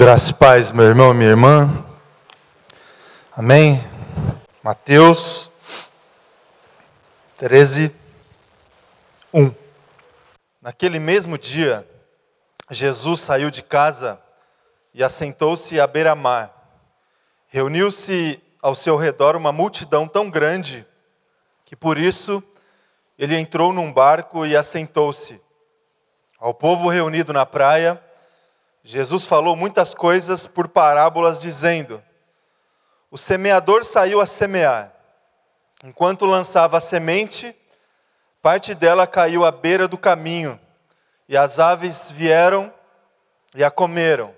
Graça e paz, meu irmão e minha irmã. Amém? Mateus 13, 1. Naquele mesmo dia, Jesus saiu de casa e assentou-se à beira-mar. Reuniu-se ao seu redor uma multidão tão grande que por isso ele entrou num barco e assentou-se. Ao povo reunido na praia, Jesus falou muitas coisas por parábolas, dizendo: o semeador saiu a semear. Enquanto lançava a semente, parte dela caiu à beira do caminho, e as aves vieram e a comeram.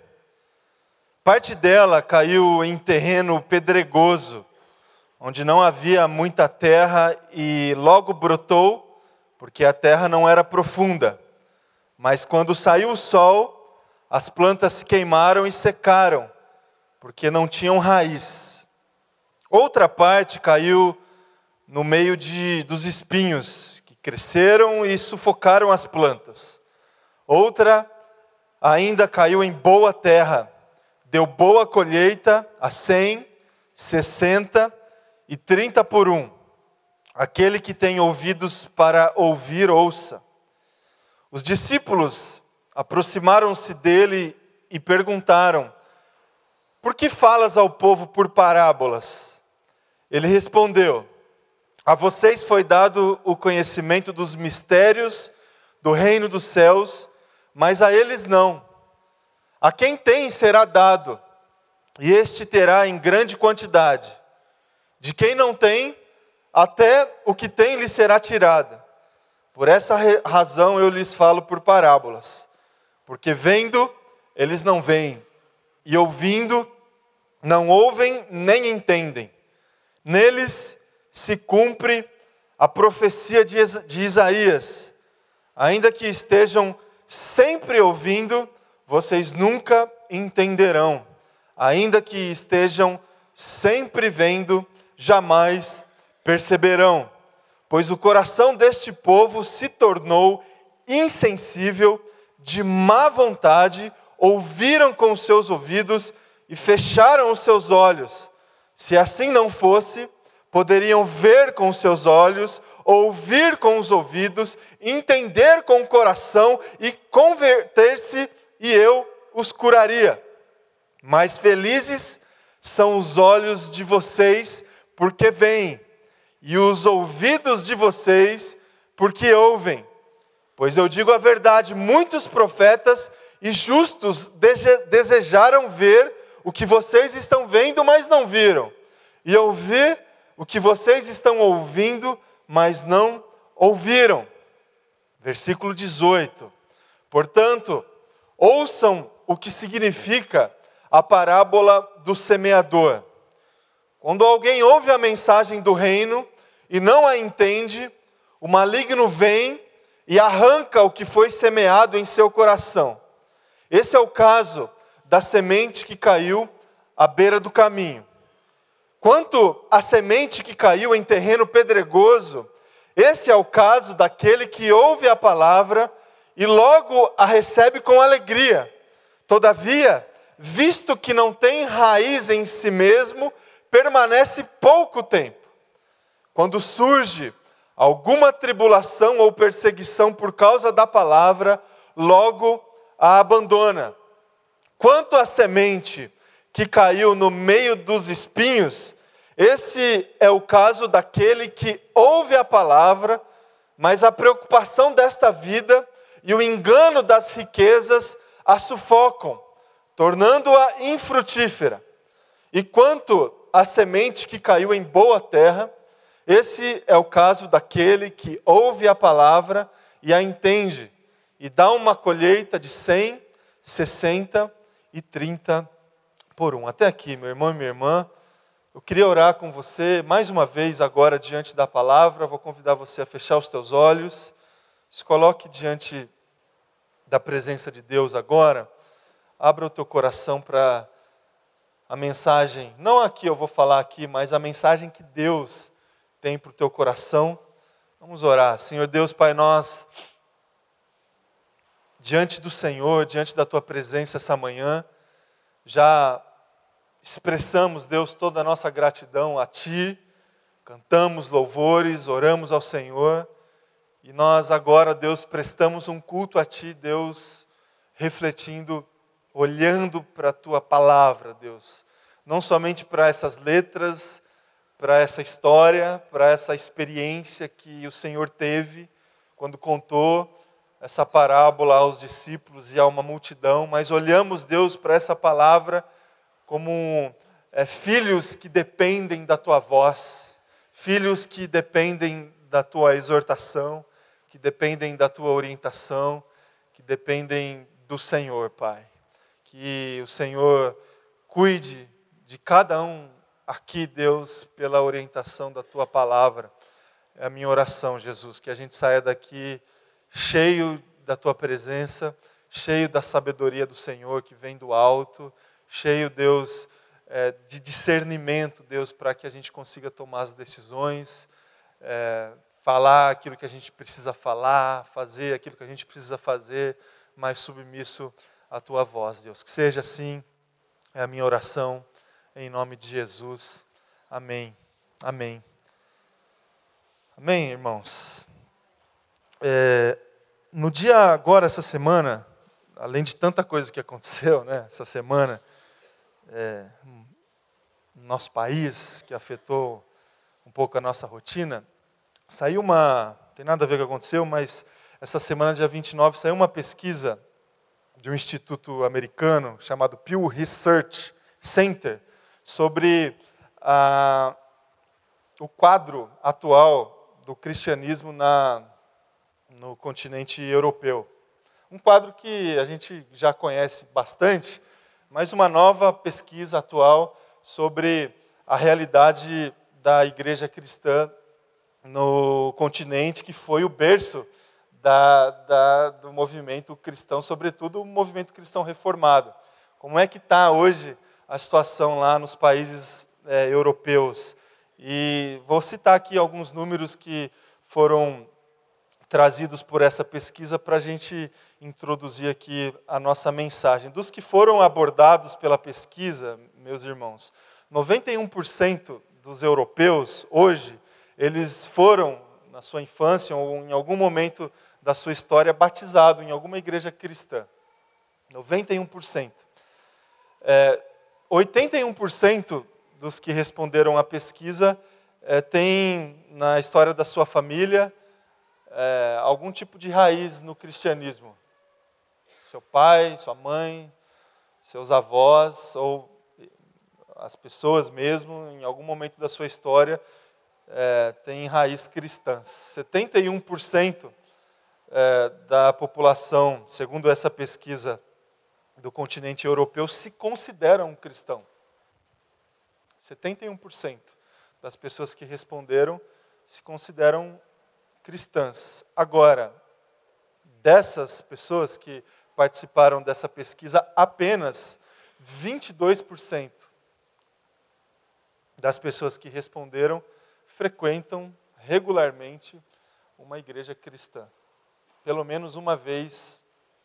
Parte dela caiu em terreno pedregoso, onde não havia muita terra, e logo brotou, porque a terra não era profunda. Mas quando saiu o sol, as plantas se queimaram e secaram, porque não tinham raiz. Outra parte caiu no meio dos espinhos, que cresceram e sufocaram as plantas. Outra ainda caiu em boa terra, deu boa colheita a 100, 60 e 30 por 1. Aquele que tem ouvidos para ouvir, ouça. Os discípulos aproximaram-se dele e perguntaram: por que falas ao povo por parábolas? Ele respondeu: a vocês foi dado o conhecimento dos mistérios do reino dos céus, mas a eles não. A quem tem será dado, e este terá em grande quantidade. De quem não tem, até o que tem lhe será tirado. Por essa razão eu lhes falo por parábolas. Porque vendo, eles não veem, e ouvindo, não ouvem nem entendem. Neles se cumpre a profecia de Isaías: ainda que estejam sempre ouvindo, vocês nunca entenderão. Ainda que estejam sempre vendo, jamais perceberão. Pois o coração deste povo se tornou insensível, de má vontade, ouviram com os seus ouvidos e fecharam os seus olhos. Se assim não fosse, poderiam ver com os seus olhos, ouvir com os ouvidos, entender com o coração e converter-se, e eu os curaria. Mas felizes são os olhos de vocês, porque veem, e os ouvidos de vocês, porque ouvem. Pois eu digo a verdade, muitos profetas e justos desejaram ver o que vocês estão vendo, mas não viram. E ouvir o que vocês estão ouvindo, mas não ouviram. Versículo 18. Portanto, ouçam o que significa a parábola do semeador. Quando alguém ouve a mensagem do reino e não a entende, o maligno vem e arranca o que foi semeado em seu coração. Esse é o caso da semente que caiu à beira do caminho. Quanto à semente que caiu em terreno pedregoso, esse é o caso daquele que ouve a palavra e logo a recebe com alegria. Todavia, visto que não tem raiz em si mesmo, permanece pouco tempo. Quando surge alguma tribulação ou perseguição por causa da palavra, logo a abandona. Quanto à semente que caiu no meio dos espinhos, esse é o caso daquele que ouve a palavra, mas a preocupação desta vida e o engano das riquezas a sufocam, tornando-a infrutífera. E quanto à semente que caiu em boa terra, esse é o caso daquele que ouve a palavra e a entende, e dá uma colheita de 100, 60 e 30 por 1. Até aqui, meu irmão e minha irmã, eu queria orar com você, mais uma vez agora diante da palavra. Vou convidar você a fechar os teus olhos, se coloque diante da presença de Deus agora, abra o teu coração para a mensagem, não a que eu vou falar aqui, mas a mensagem que Deus tem para o teu coração. Vamos orar. Senhor Deus, Pai, nós, diante do Senhor, diante da tua presença essa manhã, já expressamos, Deus, toda a nossa gratidão a Ti, cantamos louvores, oramos ao Senhor, e nós agora, Deus, prestamos um culto a Ti, Deus, refletindo, olhando para a Tua palavra, Deus. Não somente para essas letras, para essa história, para essa experiência que o Senhor teve quando contou essa parábola aos discípulos e a uma multidão, mas olhamos, Deus, para essa palavra como filhos que dependem da Tua voz, filhos que dependem da Tua exortação, que dependem da Tua orientação, que dependem do Senhor, Pai. Que o Senhor cuide de cada um aqui, Deus, pela orientação da Tua palavra. É a minha oração, Jesus, que a gente saia daqui cheio da Tua presença, cheio da sabedoria do Senhor que vem do alto, cheio, Deus, de discernimento, Deus, para que a gente consiga tomar as decisões, falar aquilo que a gente precisa falar, fazer aquilo que a gente precisa fazer, mas submisso à Tua voz, Deus. Que seja assim, é a minha oração, em nome de Jesus. Amém. Amém. Amém, irmãos. No dia agora, essa semana, além de tanta coisa que aconteceu, né, essa semana, no nosso país, que afetou um pouco a nossa rotina, saiu não tem nada a ver com o que aconteceu, mas essa semana, dia 29, saiu uma pesquisa de um instituto americano chamado Pew Research Center sobre o quadro atual do cristianismo no continente europeu. Um quadro que a gente já conhece bastante, mas uma nova pesquisa atual sobre a realidade da igreja cristã no continente, que foi o berço do movimento cristão, sobretudo o movimento cristão reformado. Como é que está hoje a situação lá nos países europeus? E vou citar aqui alguns números que foram trazidos por essa pesquisa para a gente introduzir aqui a nossa mensagem. Dos que foram abordados pela pesquisa, meus irmãos, 91% dos europeus hoje, eles foram, na sua infância ou em algum momento da sua história, batizados em alguma igreja cristã. 91%. 81% dos que responderam à pesquisa têm na história da sua família algum tipo de raiz no cristianismo. Seu pai, sua mãe, seus avós, ou as pessoas mesmo, em algum momento da sua história, têm raiz cristã. 71% da população, segundo essa pesquisa do continente europeu, se consideram cristão. 71% das pessoas que responderam se consideram cristãs. Agora, dessas pessoas que participaram dessa pesquisa, apenas 22% das pessoas que responderam frequentam regularmente uma igreja cristã. Pelo menos uma vez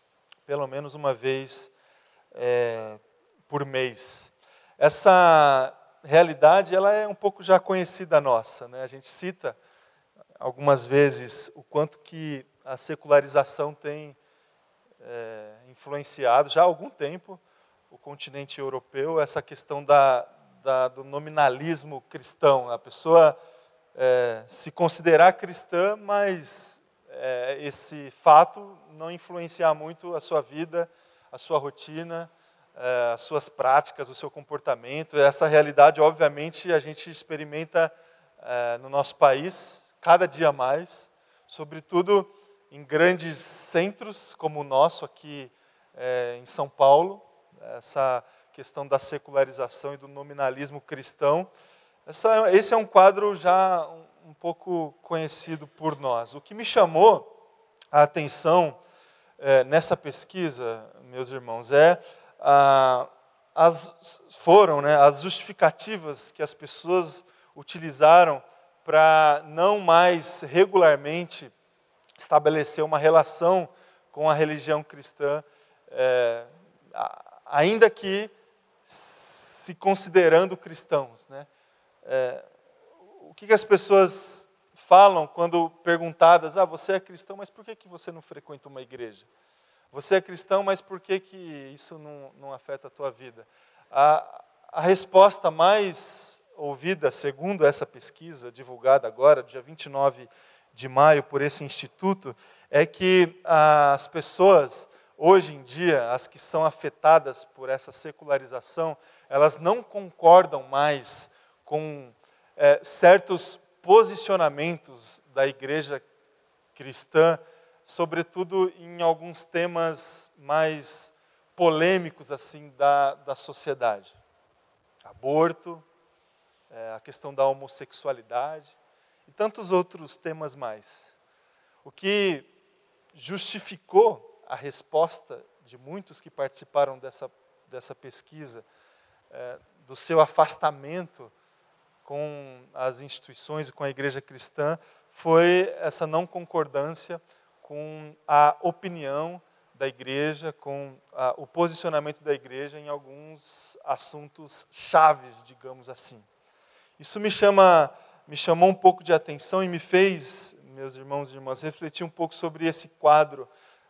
por mês. Essa realidade, ela é um pouco já conhecida nossa, né? A gente cita algumas vezes o quanto que a secularização tem influenciado já há algum tempo o continente europeu, essa questão do nominalismo cristão. A pessoa se considerar cristã, mas esse fato não influenciar muito a sua vida, a sua rotina, as suas práticas, o seu comportamento. Essa realidade, obviamente, a gente experimenta no nosso país, cada dia mais, sobretudo em grandes centros como o nosso aqui em São Paulo, essa questão da secularização e do nominalismo cristão. Esse é um quadro já um pouco conhecido por nós. O que me chamou a atenção nessa pesquisa, meus irmãos, foram as justificativas que as pessoas utilizaram para não mais regularmente estabelecer uma relação com a religião cristã, ainda que se considerando cristãos, né? O que as pessoas falam quando perguntadas, você é cristão, mas por que você não frequenta uma igreja? Você é cristão, mas por que isso não afeta a tua vida? A resposta mais ouvida, segundo essa pesquisa, divulgada agora, dia 29 de maio, por esse instituto, é que as pessoas, hoje em dia, as que são afetadas por essa secularização, elas não concordam mais com certos posicionamentos da igreja cristã, sobretudo em alguns temas mais polêmicos assim da sociedade. Aborto, a questão da homossexualidade e tantos outros temas mais. O que justificou a resposta de muitos que participaram dessa pesquisa, do seu afastamento com as instituições e com a igreja cristã, foi essa não concordância com a opinião da igreja, com o posicionamento da igreja em alguns assuntos chaves, digamos assim. Isso me chamou um pouco de atenção e me fez, meus irmãos e irmãs, refletir um pouco sobre esse quadro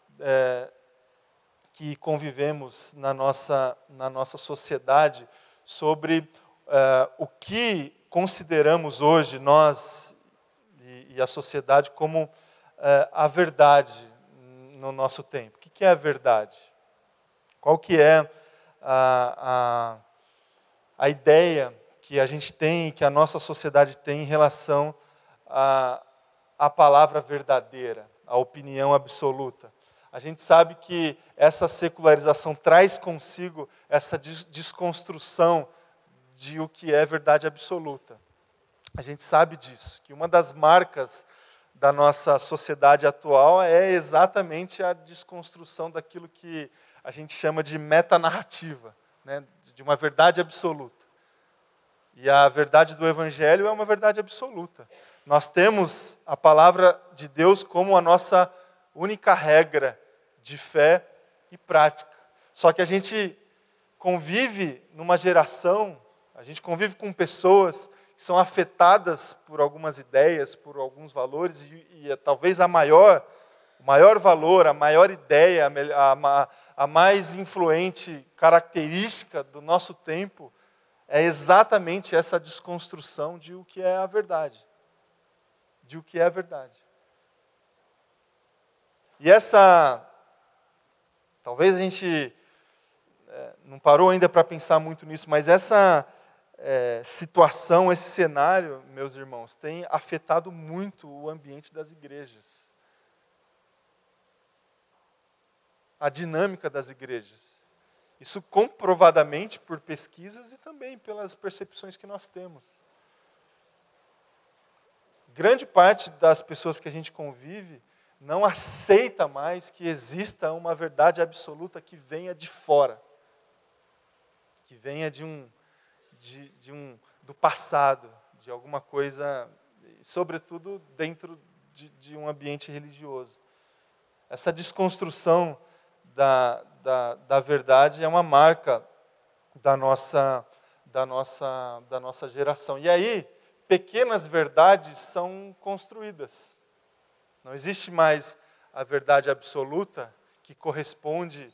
que convivemos na nossa sociedade, sobre o que consideramos hoje, nós e a sociedade, como a verdade no nosso tempo. O que é a verdade? Qual que é a ideia que a gente tem, que a nossa sociedade tem em relação à palavra verdadeira, à opinião absoluta? A gente sabe que essa secularização traz consigo essa desconstrução de o que é verdade absoluta. A gente sabe disso, que uma das marcas da nossa sociedade atual é exatamente a desconstrução daquilo que a gente chama de metanarrativa, né? De uma verdade absoluta. E a verdade do Evangelho é uma verdade absoluta. Nós temos a palavra de Deus como a nossa única regra de fé e prática. Só que a gente convive numa geração, a gente convive com pessoas que são afetadas por algumas ideias, por alguns valores, e talvez o maior valor, a maior ideia, a mais influente característica do nosso tempo é exatamente essa desconstrução de o que é a verdade. De o que é a verdade. E talvez a gente não parou ainda para pensar muito nisso, mas essa situação, esse cenário, meus irmãos, tem afetado muito o ambiente das igrejas. A dinâmica das igrejas. Isso comprovadamente por pesquisas e também pelas percepções que nós temos. Grande parte das pessoas que a gente convive não aceita mais que exista uma verdade absoluta que venha de fora. Que venha do passado, de alguma coisa, sobretudo dentro de um ambiente religioso. Essa desconstrução da verdade é uma marca da nossa geração. E aí, pequenas verdades são construídas. Não existe mais a verdade absoluta que corresponde,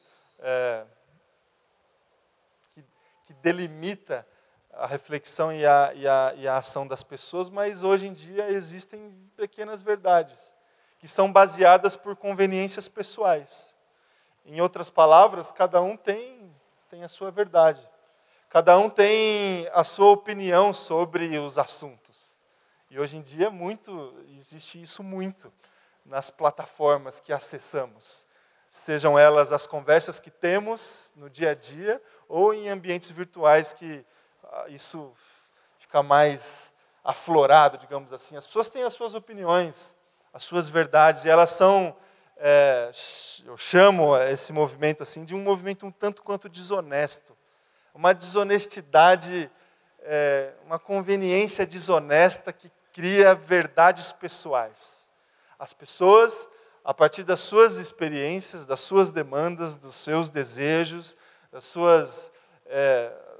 que delimita a reflexão e a ação das pessoas, mas hoje em dia existem pequenas verdades, que são baseadas por conveniências pessoais. Em outras palavras, cada um tem a sua verdade. Cada um tem a sua opinião sobre os assuntos. E hoje em dia existe isso muito nas plataformas que acessamos. Sejam elas as conversas que temos no dia a dia, ou em ambientes virtuais que isso fica mais aflorado, digamos assim. As pessoas têm as suas opiniões, as suas verdades, e elas são, eu chamo esse movimento assim, de um movimento um tanto quanto desonesto. Uma desonestidade, uma conveniência desonesta que cria verdades pessoais. As pessoas, a partir das suas experiências, das suas demandas, dos seus desejos, das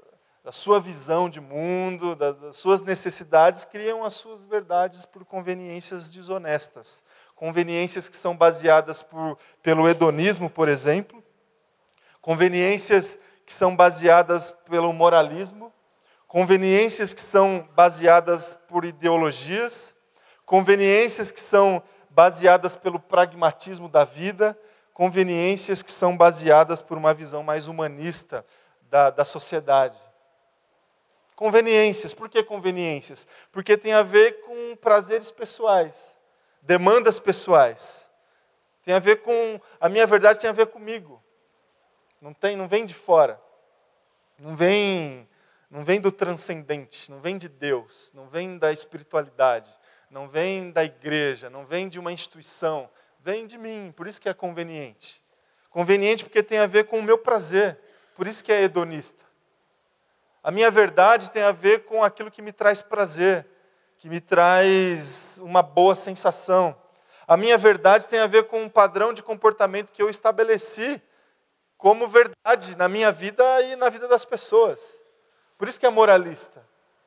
da sua visão de mundo, das suas necessidades, criam as suas verdades por conveniências desonestas. Conveniências que são baseadas pelo hedonismo, por exemplo. Conveniências que são baseadas pelo moralismo. Conveniências que são baseadas por ideologias. Conveniências que são baseadas pelo pragmatismo da vida. Conveniências que são baseadas por uma visão mais humanista da sociedade. Conveniências. Por que conveniências? Porque tem a ver com prazeres pessoais, demandas pessoais. Tem a ver com... A minha verdade tem a ver comigo. Não vem de fora. Não vem do transcendente, não vem de Deus, não vem da espiritualidade, não vem da igreja, não vem de uma instituição, vem de mim, por isso que é conveniente. Conveniente porque tem a ver com o meu prazer, por isso que é hedonista. A minha verdade tem a ver com aquilo que me traz prazer, que me traz uma boa sensação. A minha verdade tem a ver com um padrão de comportamento que eu estabeleci como verdade na minha vida e na vida das pessoas. Por isso que é moralista.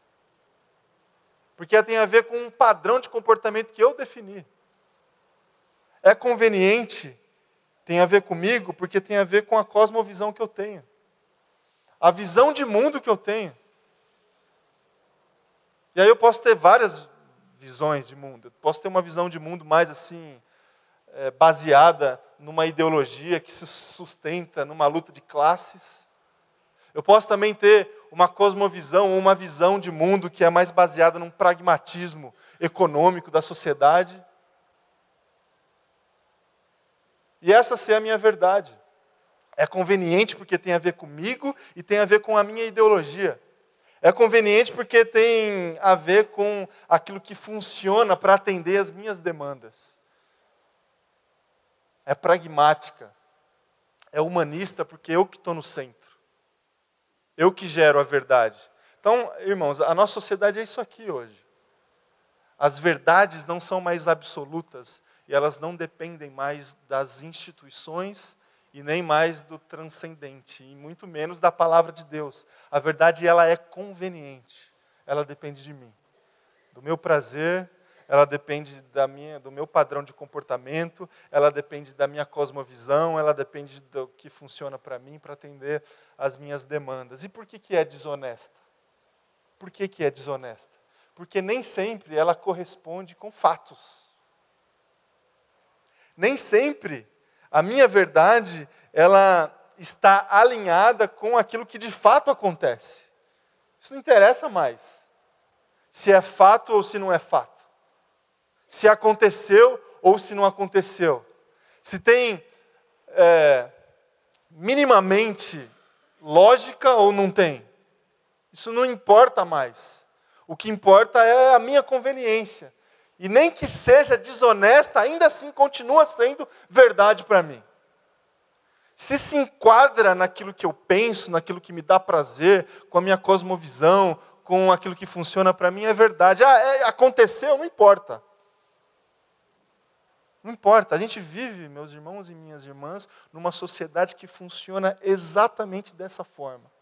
Porque tem a ver com um padrão de comportamento que eu defini. É conveniente, tem a ver comigo, porque tem a ver com a cosmovisão que eu tenho. A visão de mundo que eu tenho. E aí eu posso ter várias visões de mundo. Eu posso ter uma visão de mundo mais assim, baseada numa ideologia que se sustenta numa luta de classes. Eu posso também ter uma cosmovisão ou uma visão de mundo que é mais baseada num pragmatismo econômico da sociedade. E essa ser a minha verdade. É conveniente porque tem a ver comigo e tem a ver com a minha ideologia. É conveniente porque tem a ver com aquilo que funciona para atender as minhas demandas. É pragmática. É humanista porque eu que estou no centro. Eu que gero a verdade. Então, irmãos, a nossa sociedade é isso aqui hoje. As verdades não são mais absolutas e elas não dependem mais das instituições e nem mais do transcendente, e muito menos da palavra de Deus. A verdade, ela é conveniente. Ela depende de mim. Do meu prazer, ela depende do meu padrão de comportamento, ela depende da minha cosmovisão, ela depende do que funciona para mim, para atender as minhas demandas. E por que é desonesta? Por que é desonesta? Porque nem sempre ela corresponde com fatos. Nem sempre a minha verdade, ela está alinhada com aquilo que de fato acontece. Isso não interessa mais. Se é fato ou se não é fato. Se aconteceu ou se não aconteceu. Se tem minimamente lógica ou não tem. Isso não importa mais. O que importa é a minha conveniência. E nem que seja desonesta, ainda assim continua sendo verdade para mim. Se enquadra naquilo que eu penso, naquilo que me dá prazer, com a minha cosmovisão, com aquilo que funciona para mim, é verdade. Aconteceu, não importa. Não importa. A gente vive, meus irmãos e minhas irmãs, numa sociedade que funciona exatamente dessa forma.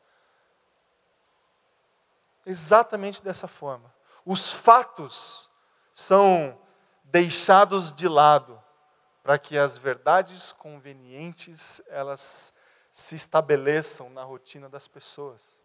Exatamente dessa forma. Os fatos são deixados de lado para que as verdades convenientes elas se estabeleçam na rotina das pessoas.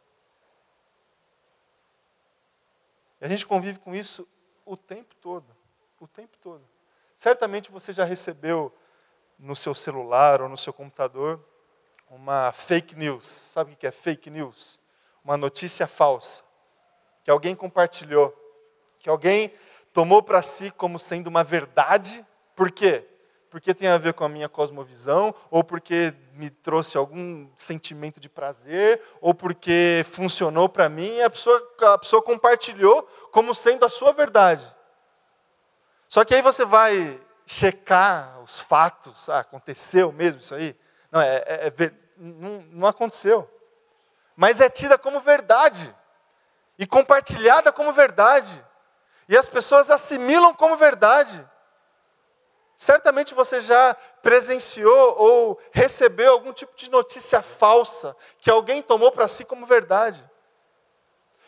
E a gente convive com isso o tempo todo, o tempo todo. Certamente você já recebeu no seu celular ou no seu computador uma fake news. Sabe o que é fake news? Uma notícia falsa que alguém compartilhou, que alguém tomou para si como sendo uma verdade. Por quê? Porque tem a ver com a minha cosmovisão, ou porque me trouxe algum sentimento de prazer, ou porque funcionou para mim, e a pessoa compartilhou como sendo a sua verdade. Só que aí você vai checar os fatos. Aconteceu mesmo isso aí? Não, não aconteceu. Mas é tida como verdade. E compartilhada como verdade. E as pessoas assimilam como verdade. Certamente você já presenciou ou recebeu algum tipo de notícia falsa que alguém tomou para si como verdade.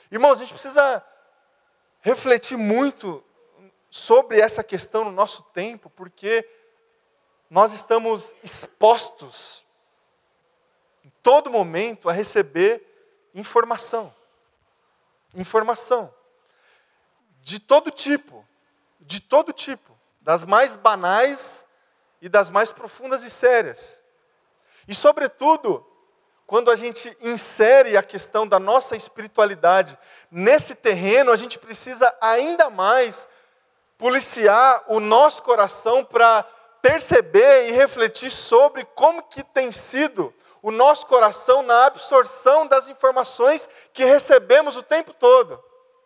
Irmãos, a gente precisa refletir muito sobre essa questão no nosso tempo, porque nós estamos expostos em todo momento a receber informação. Informação. De todo tipo. Das mais banais e das mais profundas e sérias. E, sobretudo, quando a gente insere a questão da nossa espiritualidade nesse terreno, a gente precisa ainda mais policiar o nosso coração para perceber e refletir sobre como que tem sido o nosso coração na absorção das informações que recebemos o tempo todo.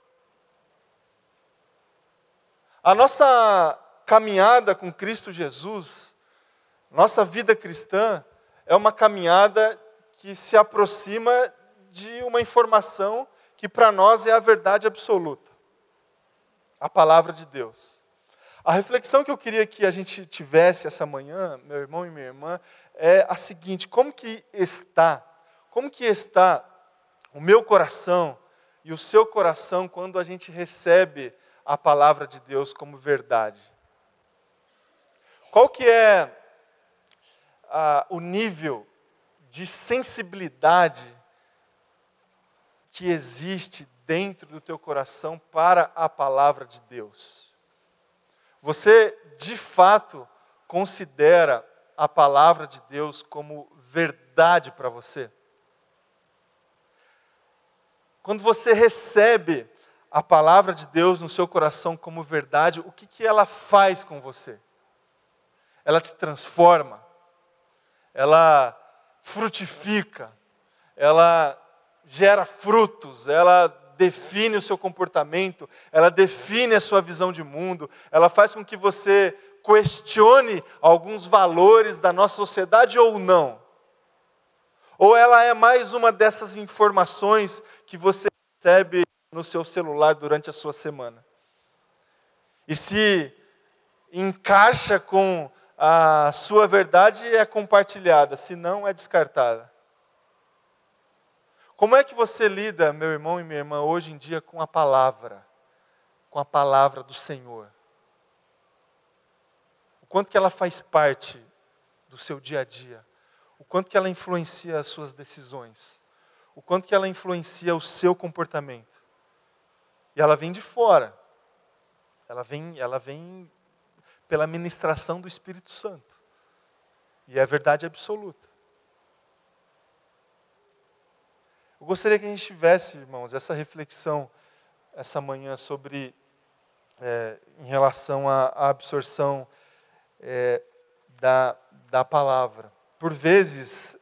A nossa caminhada com Cristo Jesus, nossa vida cristã, é uma caminhada que se aproxima de uma informação que para nós é a verdade absoluta. A palavra de Deus. A reflexão que eu queria que a gente tivesse essa manhã, meu irmão e minha irmã, é a seguinte: como que está o meu coração e o seu coração quando a gente recebe a palavra de Deus como verdade? Qual que é o nível de sensibilidade que existe dentro do teu coração para a palavra de Deus? Você, de fato, considera a palavra de Deus como verdade para você? Quando você recebe a palavra de Deus no seu coração como verdade, o que ela faz com você? Ela te transforma? Ela frutifica? Ela gera frutos? Ela define o seu comportamento? Ela define a sua visão de mundo? Ela faz com que você questione alguns valores da nossa sociedade ou não? Ou ela é mais uma dessas informações que você recebe no seu celular durante a sua semana? E se encaixa com a sua verdade, é compartilhada, se não, é descartada. Como é que você lida, meu irmão e minha irmã, hoje em dia com a palavra do Senhor? O quanto que ela faz parte do seu dia a dia? O quanto que ela influencia as suas decisões? O quanto que ela influencia o seu comportamento? E ela vem de fora. Ela vem pela ministração do Espírito Santo. E é verdade absoluta. Eu gostaria que a gente tivesse, irmãos, essa reflexão essa manhã sobre, em relação à absorção da palavra. Por vezes,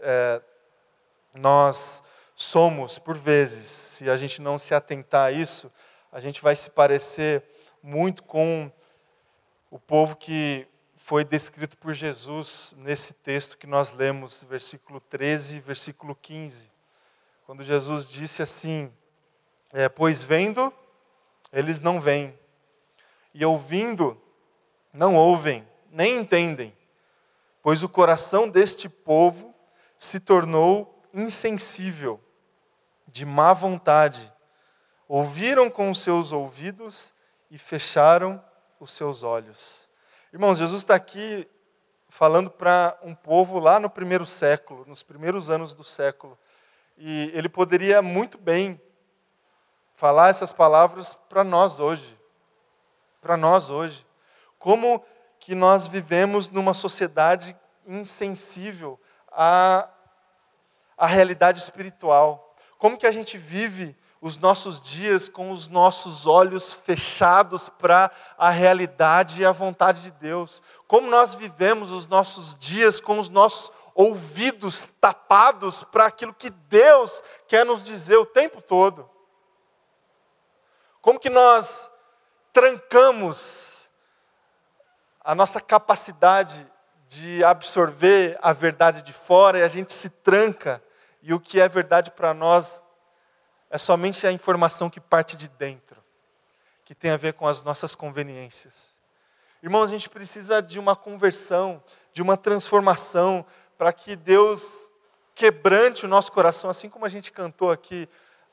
nós somos, se a gente não se atentar a isso, a gente vai se parecer muito com o povo que foi descrito por Jesus nesse texto que nós lemos, versículo 13 e versículo 15. Quando Jesus disse assim: pois vendo, eles não veem, e ouvindo, não ouvem, nem entendem, pois o coração deste povo se tornou insensível, de má vontade. Ouviram com os seus ouvidos e fecharam os seus olhos. Irmãos, Jesus está aqui falando para um povo lá no primeiro século, nos primeiros anos do século. E ele poderia muito bem falar essas palavras para nós hoje. Para nós hoje. Como que nós vivemos numa sociedade insensível à realidade espiritual. Como que a gente vive os nossos dias com os nossos olhos fechados para a realidade e a vontade de Deus. Como nós vivemos os nossos dias com os nossos ouvidos tapados para aquilo que Deus quer nos dizer o tempo todo. Como que nós trancamos a nossa capacidade de absorver a verdade de fora e a gente se tranca, e o que é verdade para nós é somente a informação que parte de dentro, que tem a ver com as nossas conveniências. Irmãos, a gente precisa de uma conversão, de uma transformação, para que Deus quebrante o nosso coração, assim como a gente cantou aqui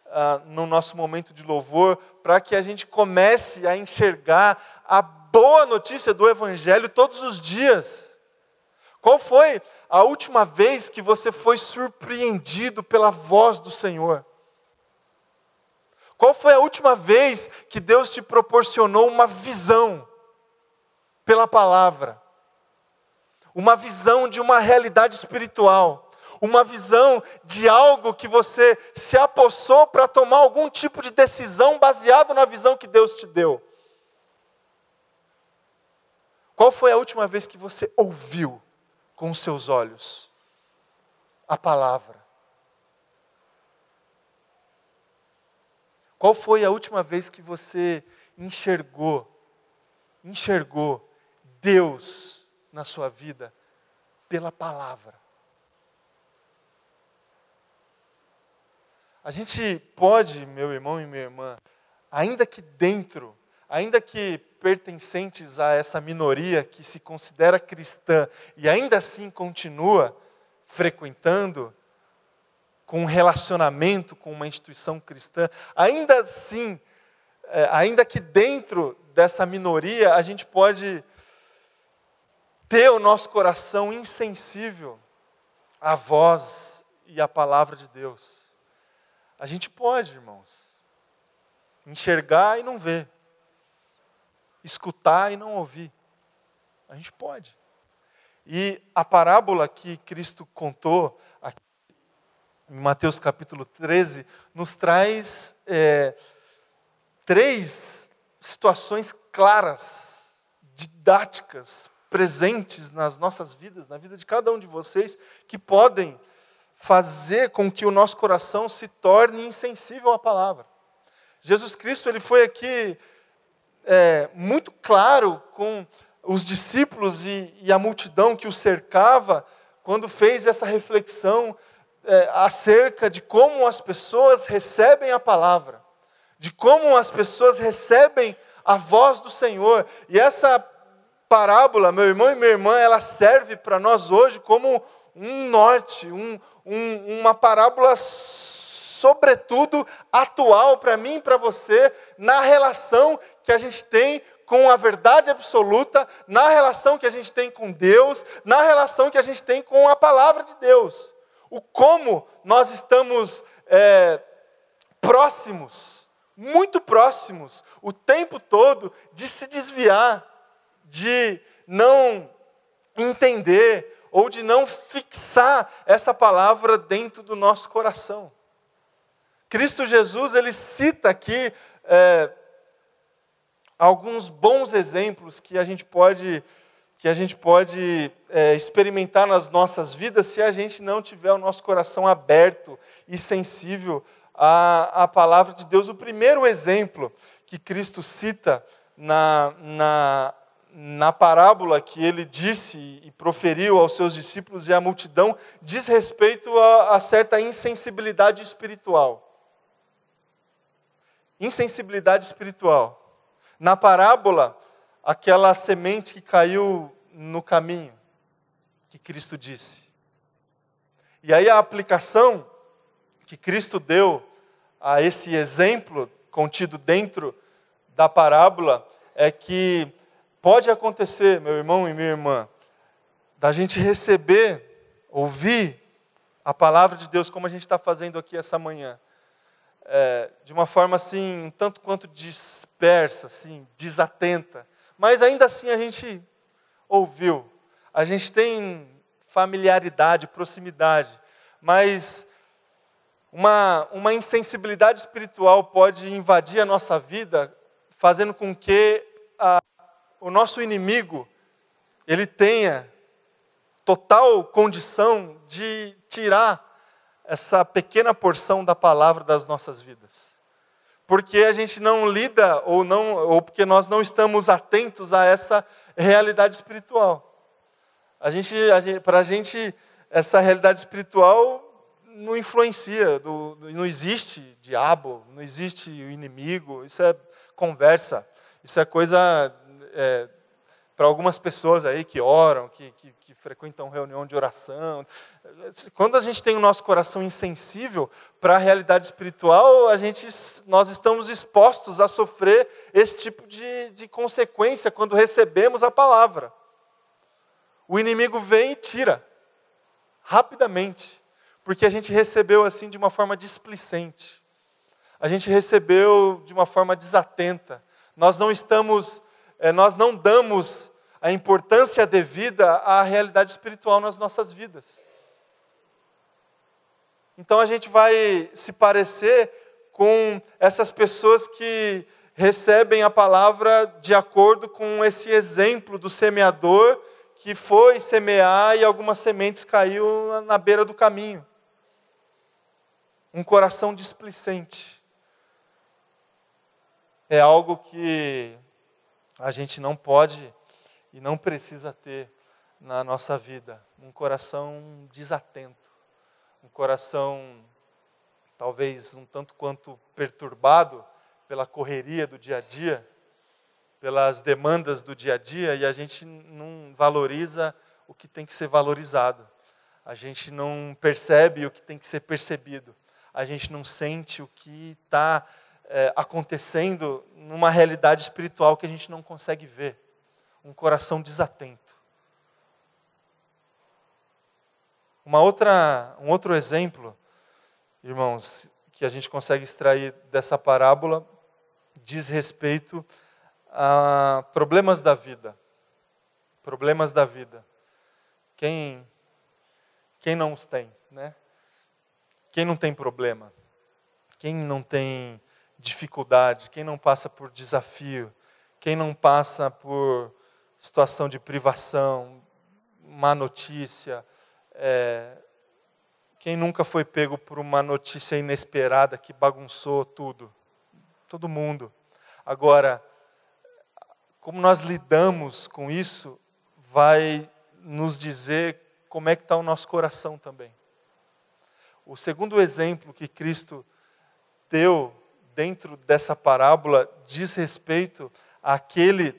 no nosso momento de louvor, para que a gente comece a enxergar a boa notícia do Evangelho todos os dias. Qual foi a última vez que você foi surpreendido pela voz do Senhor? Qual foi a última vez que Deus te proporcionou uma visão pela palavra? Uma visão de uma realidade espiritual. Uma visão de algo que você se apossou para tomar algum tipo de decisão baseado na visão que Deus te deu. Qual foi a última vez que você ouviu com os seus olhos a palavra? Qual foi a última vez que você enxergou Deus na sua vida pela palavra? A gente pode, meu irmão e minha irmã, ainda que pertencentes a essa minoria que se considera cristã e ainda assim continua frequentando, com um relacionamento com uma instituição cristã, ainda assim, ainda que dentro dessa minoria, a gente pode ter o nosso coração insensível à voz e à palavra de Deus. A gente pode, irmãos, enxergar e não ver, escutar e não ouvir. A gente pode. E a parábola que Cristo contou aqui, em Mateus capítulo 13, nos traz 3 situações claras, didáticas, presentes nas nossas vidas, na vida de cada um de vocês, que podem fazer com que o nosso coração se torne insensível à palavra. Jesus Cristo, ele foi aqui muito claro com os discípulos e a multidão que o cercava, quando fez essa reflexão acerca de como as pessoas recebem a palavra, de como as pessoas recebem a voz do Senhor. E essa parábola, meu irmão e minha irmã, ela serve para nós hoje como um norte, uma parábola sobretudo atual para mim e para você, na relação que a gente tem com a verdade absoluta, na relação que a gente tem com Deus, na relação que a gente tem com a palavra de Deus. O como nós estamos próximos, muito próximos, o tempo todo, de se desviar, de não entender ou de não fixar essa palavra dentro do nosso coração. Cristo Jesus, ele cita aqui alguns bons exemplos que a gente pode experimentar nas nossas vidas se a gente não tiver o nosso coração aberto e sensível à palavra de Deus. O primeiro exemplo que Cristo cita na parábola que ele disse e proferiu aos seus discípulos e à multidão diz respeito a certa insensibilidade espiritual. Insensibilidade espiritual. Na parábola, aquela semente que caiu no caminho, que Cristo disse. E aí a aplicação que Cristo deu a esse exemplo contido dentro da parábola é que pode acontecer, meu irmão e minha irmã, da gente receber, ouvir a palavra de Deus como a gente está fazendo aqui essa manhã. De uma forma assim, um tanto quanto dispersa, assim, desatenta. Mas ainda assim a gente ouviu. A gente tem familiaridade, proximidade. Mas uma insensibilidade espiritual pode invadir a nossa vida, fazendo com que o nosso inimigo, ele tenha total condição de tirar essa pequena porção da palavra das nossas vidas. Porque a gente não lida, ou porque nós não estamos atentos a essa realidade espiritual. Para a gente, essa realidade espiritual não influencia, não existe diabo, não existe o inimigo, isso é conversa, isso é coisa para algumas pessoas aí que oram, que frequentam reunião de oração. Quando a gente tem o nosso coração insensível para a realidade espiritual, nós estamos expostos a sofrer esse tipo de consequência quando recebemos a palavra. O inimigo vem e tira, rapidamente, porque a gente recebeu assim de uma forma displicente. A gente recebeu de uma forma desatenta. Nós não damos a importância devida à realidade espiritual nas nossas vidas. Então a gente vai se parecer com essas pessoas que recebem a palavra de acordo com esse exemplo do semeador que foi semear e algumas sementes caiu na beira do caminho. Um coração displicente. É algo que a gente não pode e não precisa ter na nossa vida. Um coração desatento. Um coração talvez um tanto quanto perturbado pela correria do dia a dia, pelas demandas do dia a dia, e a gente não valoriza o que tem que ser valorizado. A gente não percebe o que tem que ser percebido. A gente não sente o que está acontecendo numa realidade espiritual que a gente não consegue ver. Um coração desatento. Um outro exemplo, irmãos, que a gente consegue extrair dessa parábola, diz respeito a problemas da vida. Problemas da vida. Quem não os tem, né? Quem não tem problema? Quem não tem dificuldade? Quem não passa por desafio? Quem não passa por situação de privação, má notícia? Quem nunca foi pego por uma notícia inesperada que bagunçou tudo? Todo mundo. Agora, como nós lidamos com isso, vai nos dizer como é que está o nosso coração também. O segundo exemplo que Cristo deu dentro dessa parábola diz respeito àquele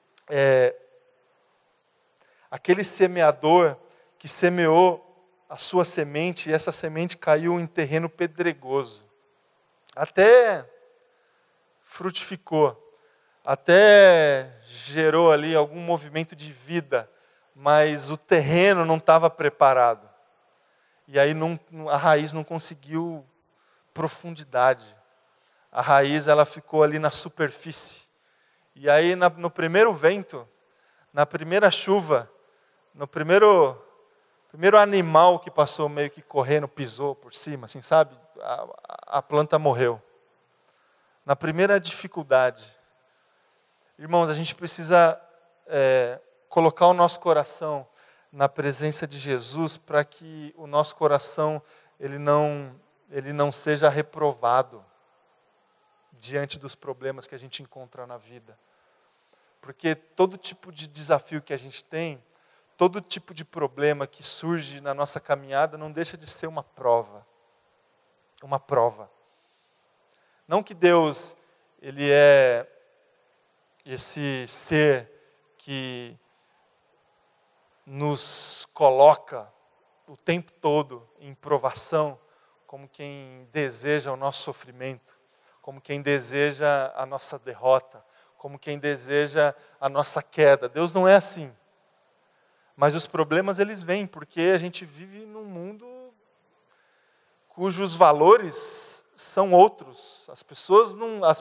semeador que semeou a sua semente, e essa semente caiu em terreno pedregoso. Até frutificou, até gerou ali algum movimento de vida, mas o terreno não estava preparado. E aí a raiz não conseguiu profundidade. A raiz ela ficou ali na superfície. E aí no primeiro vento, na primeira chuva, no primeiro animal que passou meio que correndo, pisou por cima, assim, sabe? A planta morreu. Na primeira dificuldade. Irmãos, a gente precisa colocar o nosso coração na presença de Jesus para que o nosso coração ele não seja reprovado diante dos problemas que a gente encontra na vida. Porque todo tipo de desafio que a gente tem, todo tipo de problema que surge na nossa caminhada não deixa de ser uma prova. Uma prova. Não que Deus, Ele é esse ser que nos coloca o tempo todo em provação, como quem deseja o nosso sofrimento, como quem deseja a nossa derrota, como quem deseja a nossa queda. Deus não é assim. Mas os problemas eles vêm porque a gente vive num mundo cujos valores são outros. As pessoas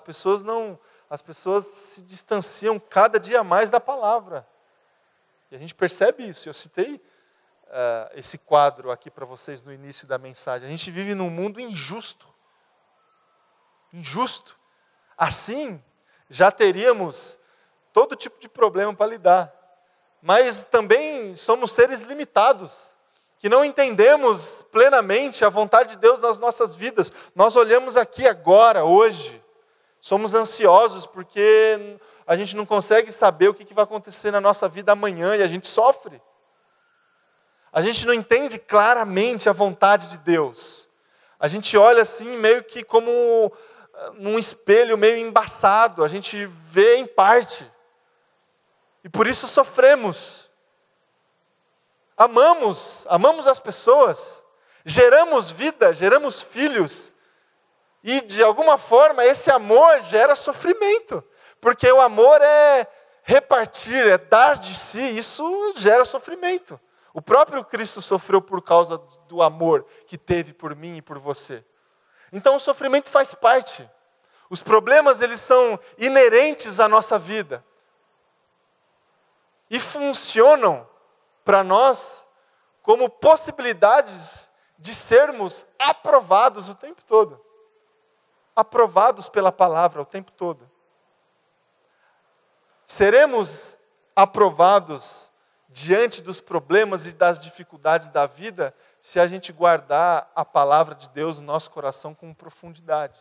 se distanciam cada dia mais da palavra. E a gente percebe isso. Eu citei esse quadro aqui para vocês no início da mensagem. A gente vive num mundo injusto. Injusto. Assim, já teríamos todo tipo de problema para lidar. Mas também somos seres limitados, que não entendemos plenamente a vontade de Deus nas nossas vidas. Nós olhamos aqui agora, hoje, somos ansiosos porque a gente não consegue saber o que vai acontecer na nossa vida amanhã e a gente sofre. A gente não entende claramente a vontade de Deus. A gente olha assim meio que como num espelho meio embaçado, a gente vê em parte. E por isso sofremos. Amamos as pessoas. Geramos vida, geramos filhos. E de alguma forma esse amor gera sofrimento. Porque o amor é repartir, é dar de si, isso gera sofrimento. O próprio Cristo sofreu por causa do amor que teve por mim e por você. Então o sofrimento faz parte. Os problemas, eles são inerentes à nossa vida. E funcionam para nós como possibilidades de sermos aprovados o tempo todo. Aprovados pela palavra o tempo todo. Seremos aprovados diante dos problemas e das dificuldades da vida se a gente guardar a palavra de Deus no nosso coração com profundidade.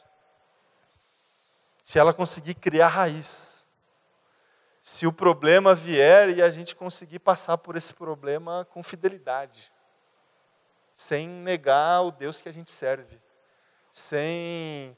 Se ela conseguir criar raiz. Se o problema vier e a gente conseguir passar por esse problema com fidelidade. Sem negar o Deus que a gente serve. Sem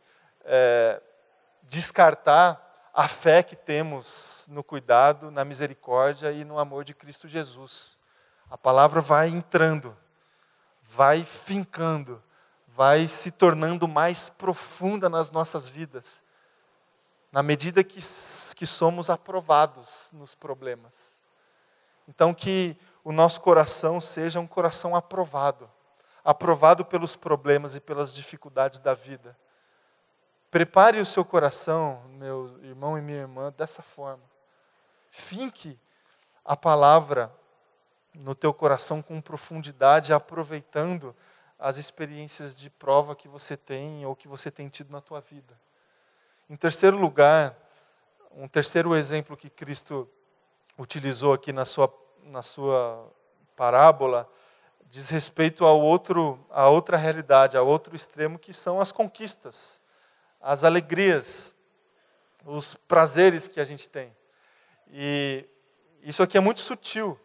descartar a fé que temos no cuidado, na misericórdia e no amor de Cristo Jesus. A palavra vai entrando, vai fincando, vai se tornando mais profunda nas nossas vidas, na medida que somos aprovados nos problemas. Então que o nosso coração seja um coração aprovado, aprovado pelos problemas e pelas dificuldades da vida. Prepare o seu coração, meu irmão e minha irmã, dessa forma. Finque a palavra no teu coração com profundidade, aproveitando as experiências de prova que você tem ou que você tem tido na tua vida. Em terceiro lugar, um terceiro exemplo que Cristo utilizou aqui na sua parábola, diz respeito a outra realidade, a outro extremo, que são as conquistas. As alegrias, os prazeres que a gente tem. E isso aqui é muito sutil,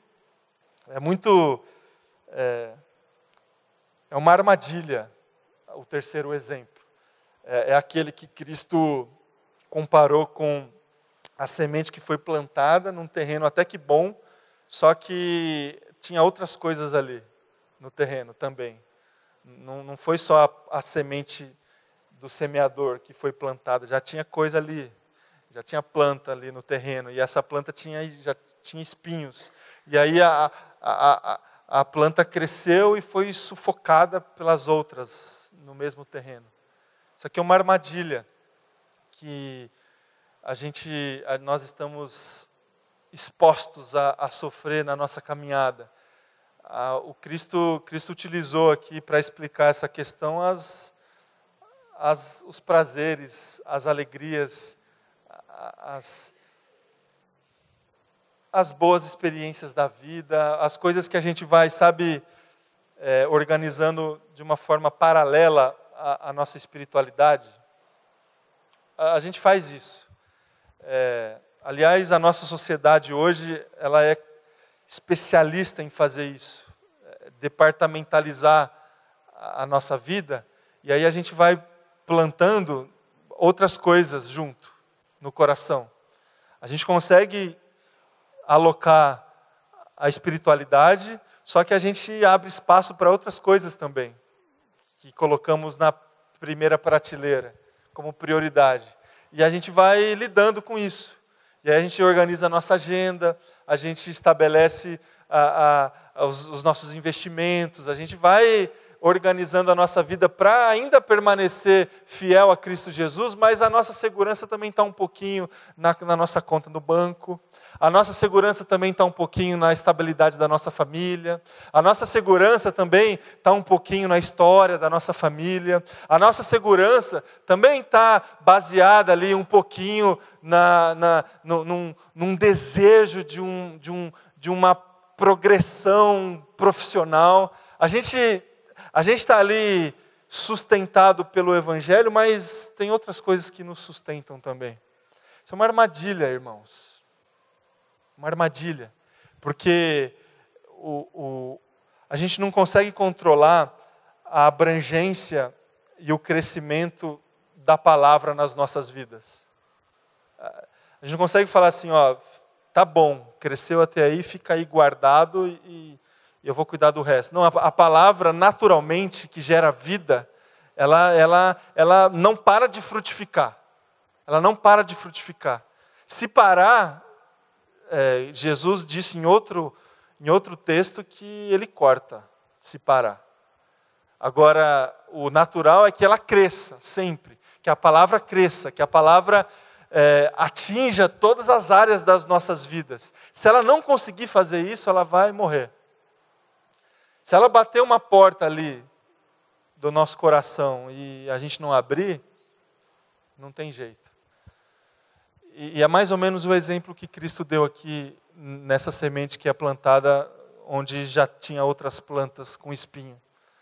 é uma armadilha, o terceiro exemplo. É aquele que Cristo comparou com a semente que foi plantada num terreno até que bom, só que tinha outras coisas ali no terreno também. Não foi só a semente do semeador que foi plantada, já tinha coisa ali, já tinha planta ali no terreno, e essa planta já tinha espinhos. E aí a planta cresceu e foi sufocada pelas outras no mesmo terreno. Isso aqui é uma armadilha que nós estamos expostos a sofrer na nossa caminhada. O Cristo utilizou aqui para explicar essa questão os prazeres, as alegrias, as boas experiências da vida, as coisas que a gente vai, organizando de uma forma paralela à nossa espiritualidade. A gente faz isso. Aliás, a nossa sociedade hoje, ela é especialista em fazer isso, departamentalizar a nossa vida, e aí a gente vai plantando outras coisas junto no coração. A gente consegue alocar a espiritualidade, só que a gente abre espaço para outras coisas também, que colocamos na primeira prateleira, como prioridade. E a gente vai lidando com isso. E aí a gente organiza a nossa agenda, a gente estabelece os nossos investimentos, a gente vai organizando a nossa vida para ainda permanecer fiel a Cristo Jesus, mas a nossa segurança também está um pouquinho na nossa conta no banco, a nossa segurança também está um pouquinho na estabilidade da nossa família, a nossa segurança também está um pouquinho na história da nossa família, a nossa segurança também está baseada ali um pouquinho num desejo de uma progressão profissional. A gente está ali sustentado pelo Evangelho, mas tem outras coisas que nos sustentam também. Isso é uma armadilha, irmãos. Uma armadilha. Porque a gente não consegue controlar a abrangência e o crescimento da palavra nas nossas vidas. A gente não consegue falar assim, tá bom, cresceu até aí, fica aí guardado e eu vou cuidar do resto. Não, a palavra naturalmente que gera vida, ela não para de frutificar. Ela não para de frutificar. Se parar, Jesus disse em outro texto que ele corta, se parar. Agora, o natural é que ela cresça sempre, que a palavra cresça, que a palavra atinja todas as áreas das nossas vidas. Se ela não conseguir fazer isso, ela vai morrer. Se ela bater uma porta ali do nosso coração e a gente não abrir, não tem jeito. E é mais ou menos o exemplo que Cristo deu aqui nessa semente que é plantada onde já tinha outras plantas com espinho.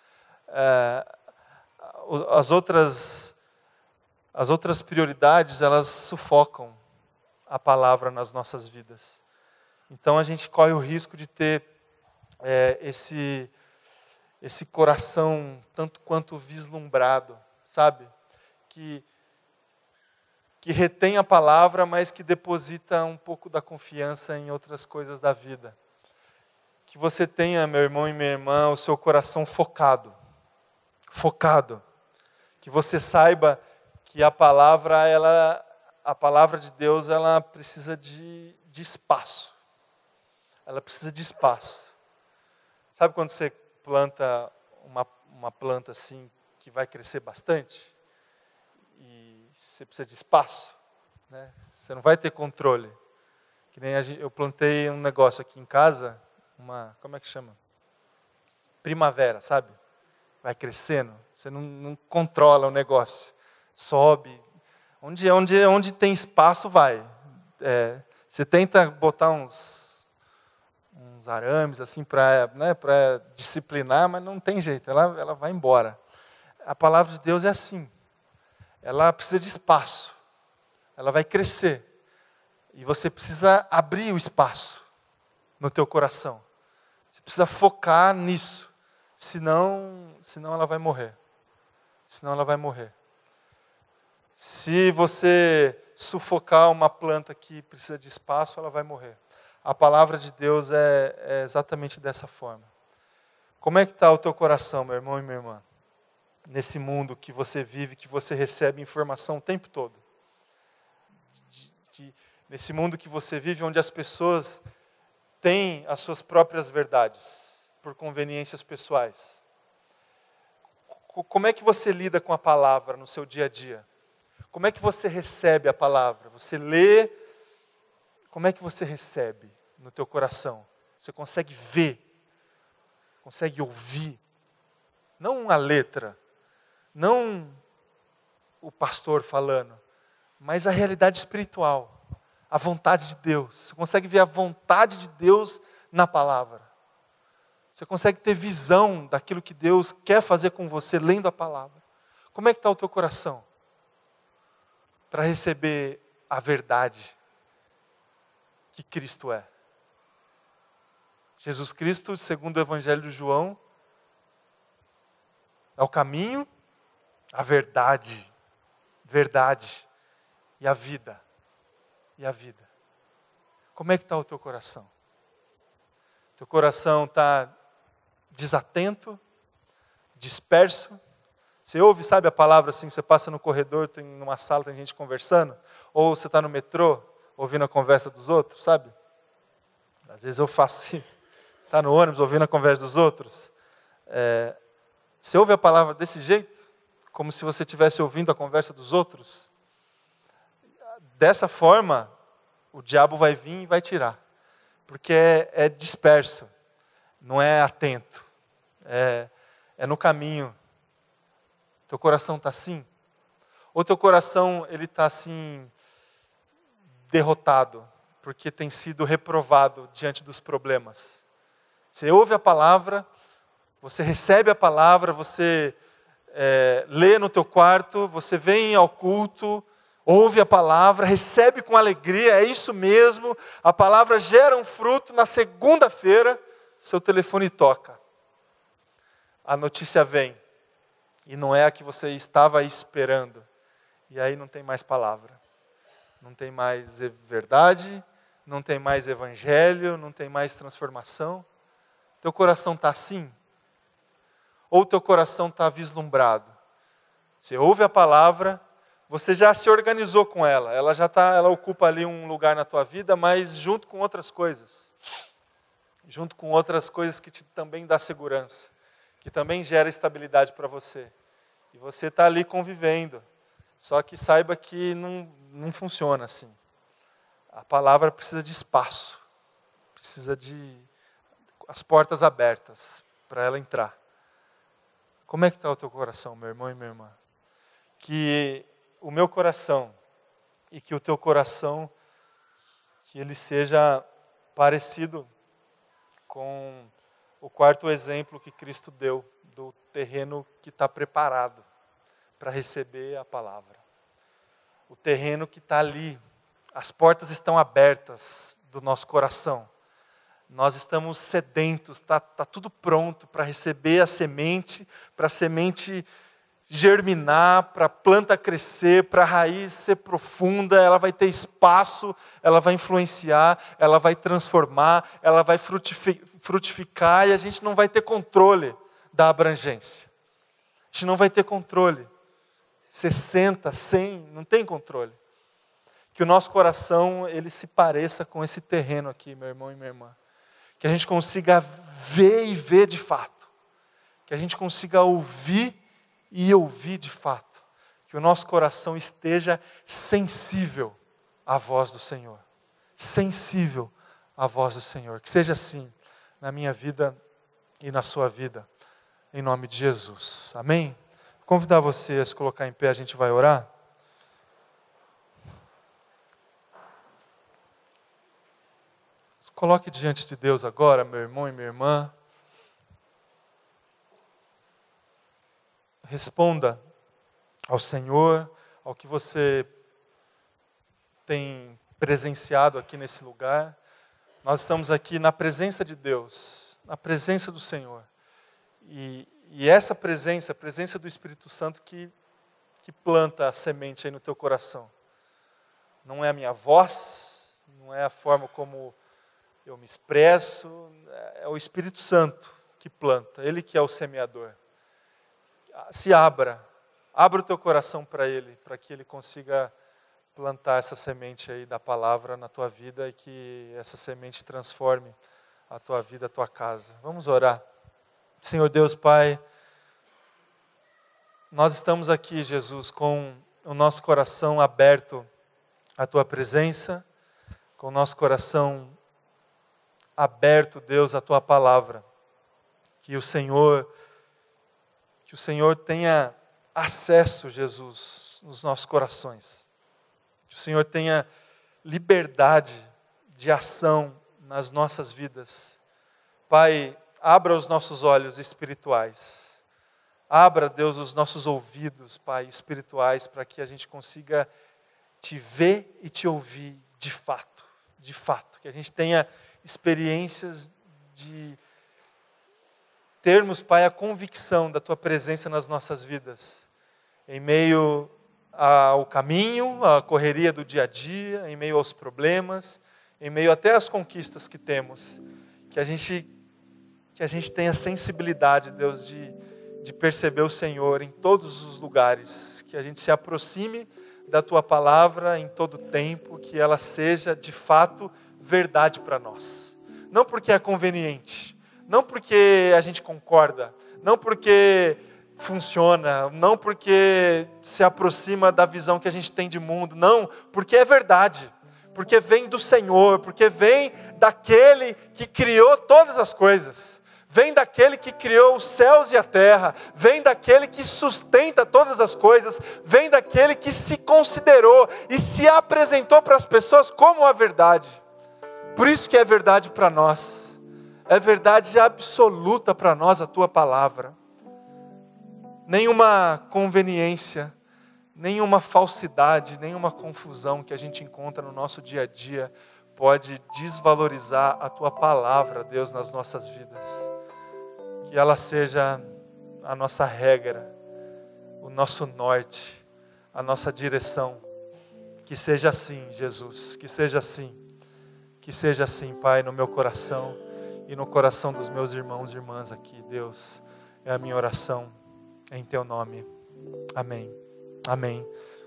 As outras prioridades, elas sufocam a palavra nas nossas vidas. Então a gente corre o risco de ter esse coração tanto quanto vislumbrado, sabe? Que retém a palavra, mas que deposita um pouco da confiança em outras coisas da vida. Que você tenha, meu irmão e minha irmã, o seu coração focado. Que você saiba que a palavra de Deus, ela precisa de espaço. Ela precisa de espaço. Sabe quando você planta uma planta assim, que vai crescer bastante? E você precisa de espaço, né? Você não vai ter controle. Que nem eu plantei um negócio aqui em casa, como é que chama? Primavera, sabe? Vai crescendo, você não controla o negócio. Sobe, onde tem espaço vai. Você tenta botar uns arames assim para disciplinar, mas não tem jeito, ela vai embora. A palavra de Deus é assim. Ela precisa de espaço. Ela vai crescer. E você precisa abrir o espaço no teu coração. Você precisa focar nisso. Senão ela vai morrer. Se você sufocar uma planta que precisa de espaço, ela vai morrer. A palavra de Deus é exatamente dessa forma. Como é que está o teu coração, meu irmão e minha irmã? Nesse mundo que você vive, que você recebe informação o tempo todo. Nesse mundo que você vive, onde as pessoas têm as suas próprias verdades, por conveniências pessoais. Como é que você lida com a palavra no seu dia a dia? Como é que você recebe a palavra? Você lê, como é que você recebe no teu coração? Você consegue ver, consegue ouvir, não a letra, não o pastor falando, mas a realidade espiritual, a vontade de Deus. Você consegue ver a vontade de Deus na palavra. Você consegue ter visão daquilo que Deus quer fazer com você lendo a palavra. Como é que está o teu coração? Para receber a verdade que Cristo é. Jesus Cristo, segundo o Evangelho de João, é o caminho, a verdade e a vida. Como é que está o teu coração? Teu coração está desatento, disperso? Você ouve, sabe a palavra assim, você passa no corredor, tem numa sala, tem gente conversando? Ou você está no metrô, ouvindo a conversa dos outros, sabe? Às vezes eu faço isso. Você está no ônibus, ouvindo a conversa dos outros? Você ouve a palavra desse jeito? Como se você estivesse ouvindo a conversa dos outros? Dessa forma, o diabo vai vir e vai tirar. Porque é disperso, não é atento, é no caminho. Teu coração está assim? Ou teu coração está assim, derrotado, porque tem sido reprovado diante dos problemas? Você ouve a palavra, você recebe a palavra, você lê no teu quarto, você vem ao culto, ouve a palavra, recebe com alegria, é isso mesmo, a palavra gera um fruto, na segunda-feira, seu telefone toca. A notícia vem, e não é a que você estava esperando. E aí não tem mais palavra, não tem mais verdade, não tem mais evangelho, não tem mais transformação. Teu coração está assim? Ou teu coração está vislumbrado? Você ouve a palavra, você já se organizou com ela, ela ocupa ali um lugar na tua vida, mas junto com outras coisas. Junto com outras coisas que também dá segurança, que também gera estabilidade para você. E você está ali convivendo, só que saiba que não funciona assim. A palavra precisa de espaço, precisa de as portas abertas para ela entrar. Como é que está o teu coração, meu irmão e minha irmã? Que o meu coração e que o teu coração, que ele seja parecido com o quarto exemplo que Cristo deu do terreno que está preparado para receber a palavra. O terreno que está ali, as portas estão abertas do nosso coração. Nós estamos sedentos, está tudo pronto para receber a semente, para a semente germinar, para a planta crescer, para a raiz ser profunda, ela vai ter espaço, ela vai influenciar, ela vai transformar, ela vai frutificar e a gente não vai ter controle da abrangência. A gente não vai ter controle. 60, 100, não tem controle. Que o nosso coração, ele se pareça com esse terreno aqui, meu irmão e minha irmã. Que a gente consiga ver e ver de fato. Que a gente consiga ouvir e ouvir de fato. Que o nosso coração esteja sensível à voz do Senhor. Sensível à voz do Senhor. Que seja assim na minha vida e na sua vida. Em nome de Jesus. Amém? Vou convidar você a se colocar em pé, a gente vai orar. Se coloque diante de Deus agora, meu irmão e minha irmã. Responda ao Senhor, ao que você tem presenciado aqui nesse lugar. Nós estamos aqui na presença de Deus, na presença do Senhor. E essa presença, a presença do Espírito Santo que planta a semente aí no teu coração. Não é a minha voz, não é a forma como eu me expresso, é o Espírito Santo que planta, Ele que é o semeador. Se abra o teu coração para Ele, para que Ele consiga plantar essa semente aí da palavra na tua vida e que essa semente transforme a tua vida, a tua casa. Vamos orar. Senhor Deus, Pai, nós estamos aqui, Jesus, com o nosso coração aberto à Tua presença, com o nosso coração aberto, Deus, à Tua palavra. Que o Senhor tenha acesso, Jesus, nos nossos corações. Que o Senhor tenha liberdade de ação nas nossas vidas. Pai, abra os nossos olhos espirituais. Abra, Deus, os nossos ouvidos, Pai, espirituais, para que a gente consiga Te ver e Te ouvir de fato. De fato. Que a gente tenha experiências de termos, Pai, a convicção da Tua presença nas nossas vidas. Em meio ao caminho, à correria do dia a dia, em meio aos problemas, em meio até às conquistas que temos. Que a gente tenha sensibilidade, Deus, de perceber o Senhor em todos os lugares. Que a gente se aproxime da Tua palavra em todo tempo, que ela seja de fato verdade para nós. Não porque é conveniente, não porque a gente concorda, não porque funciona, não porque se aproxima da visão que a gente tem de mundo, não, porque é verdade, porque vem do Senhor, porque vem daquele que criou todas as coisas, vem daquele que criou os céus e a terra, vem daquele que sustenta todas as coisas, vem daquele que se considerou e se apresentou para as pessoas como a verdade. Por isso que é verdade para nós, é verdade absoluta para nós a Tua palavra. Nenhuma conveniência, nenhuma falsidade, nenhuma confusão que a gente encontra no nosso dia a dia pode desvalorizar a Tua palavra, Deus, nas nossas vidas. Que ela seja a nossa regra, o nosso norte, a nossa direção. Que seja assim, Jesus, que seja assim. Que seja assim, Pai, no meu coração e no coração dos meus irmãos e irmãs aqui, Deus. É a minha oração em Teu nome. Amém. Amém.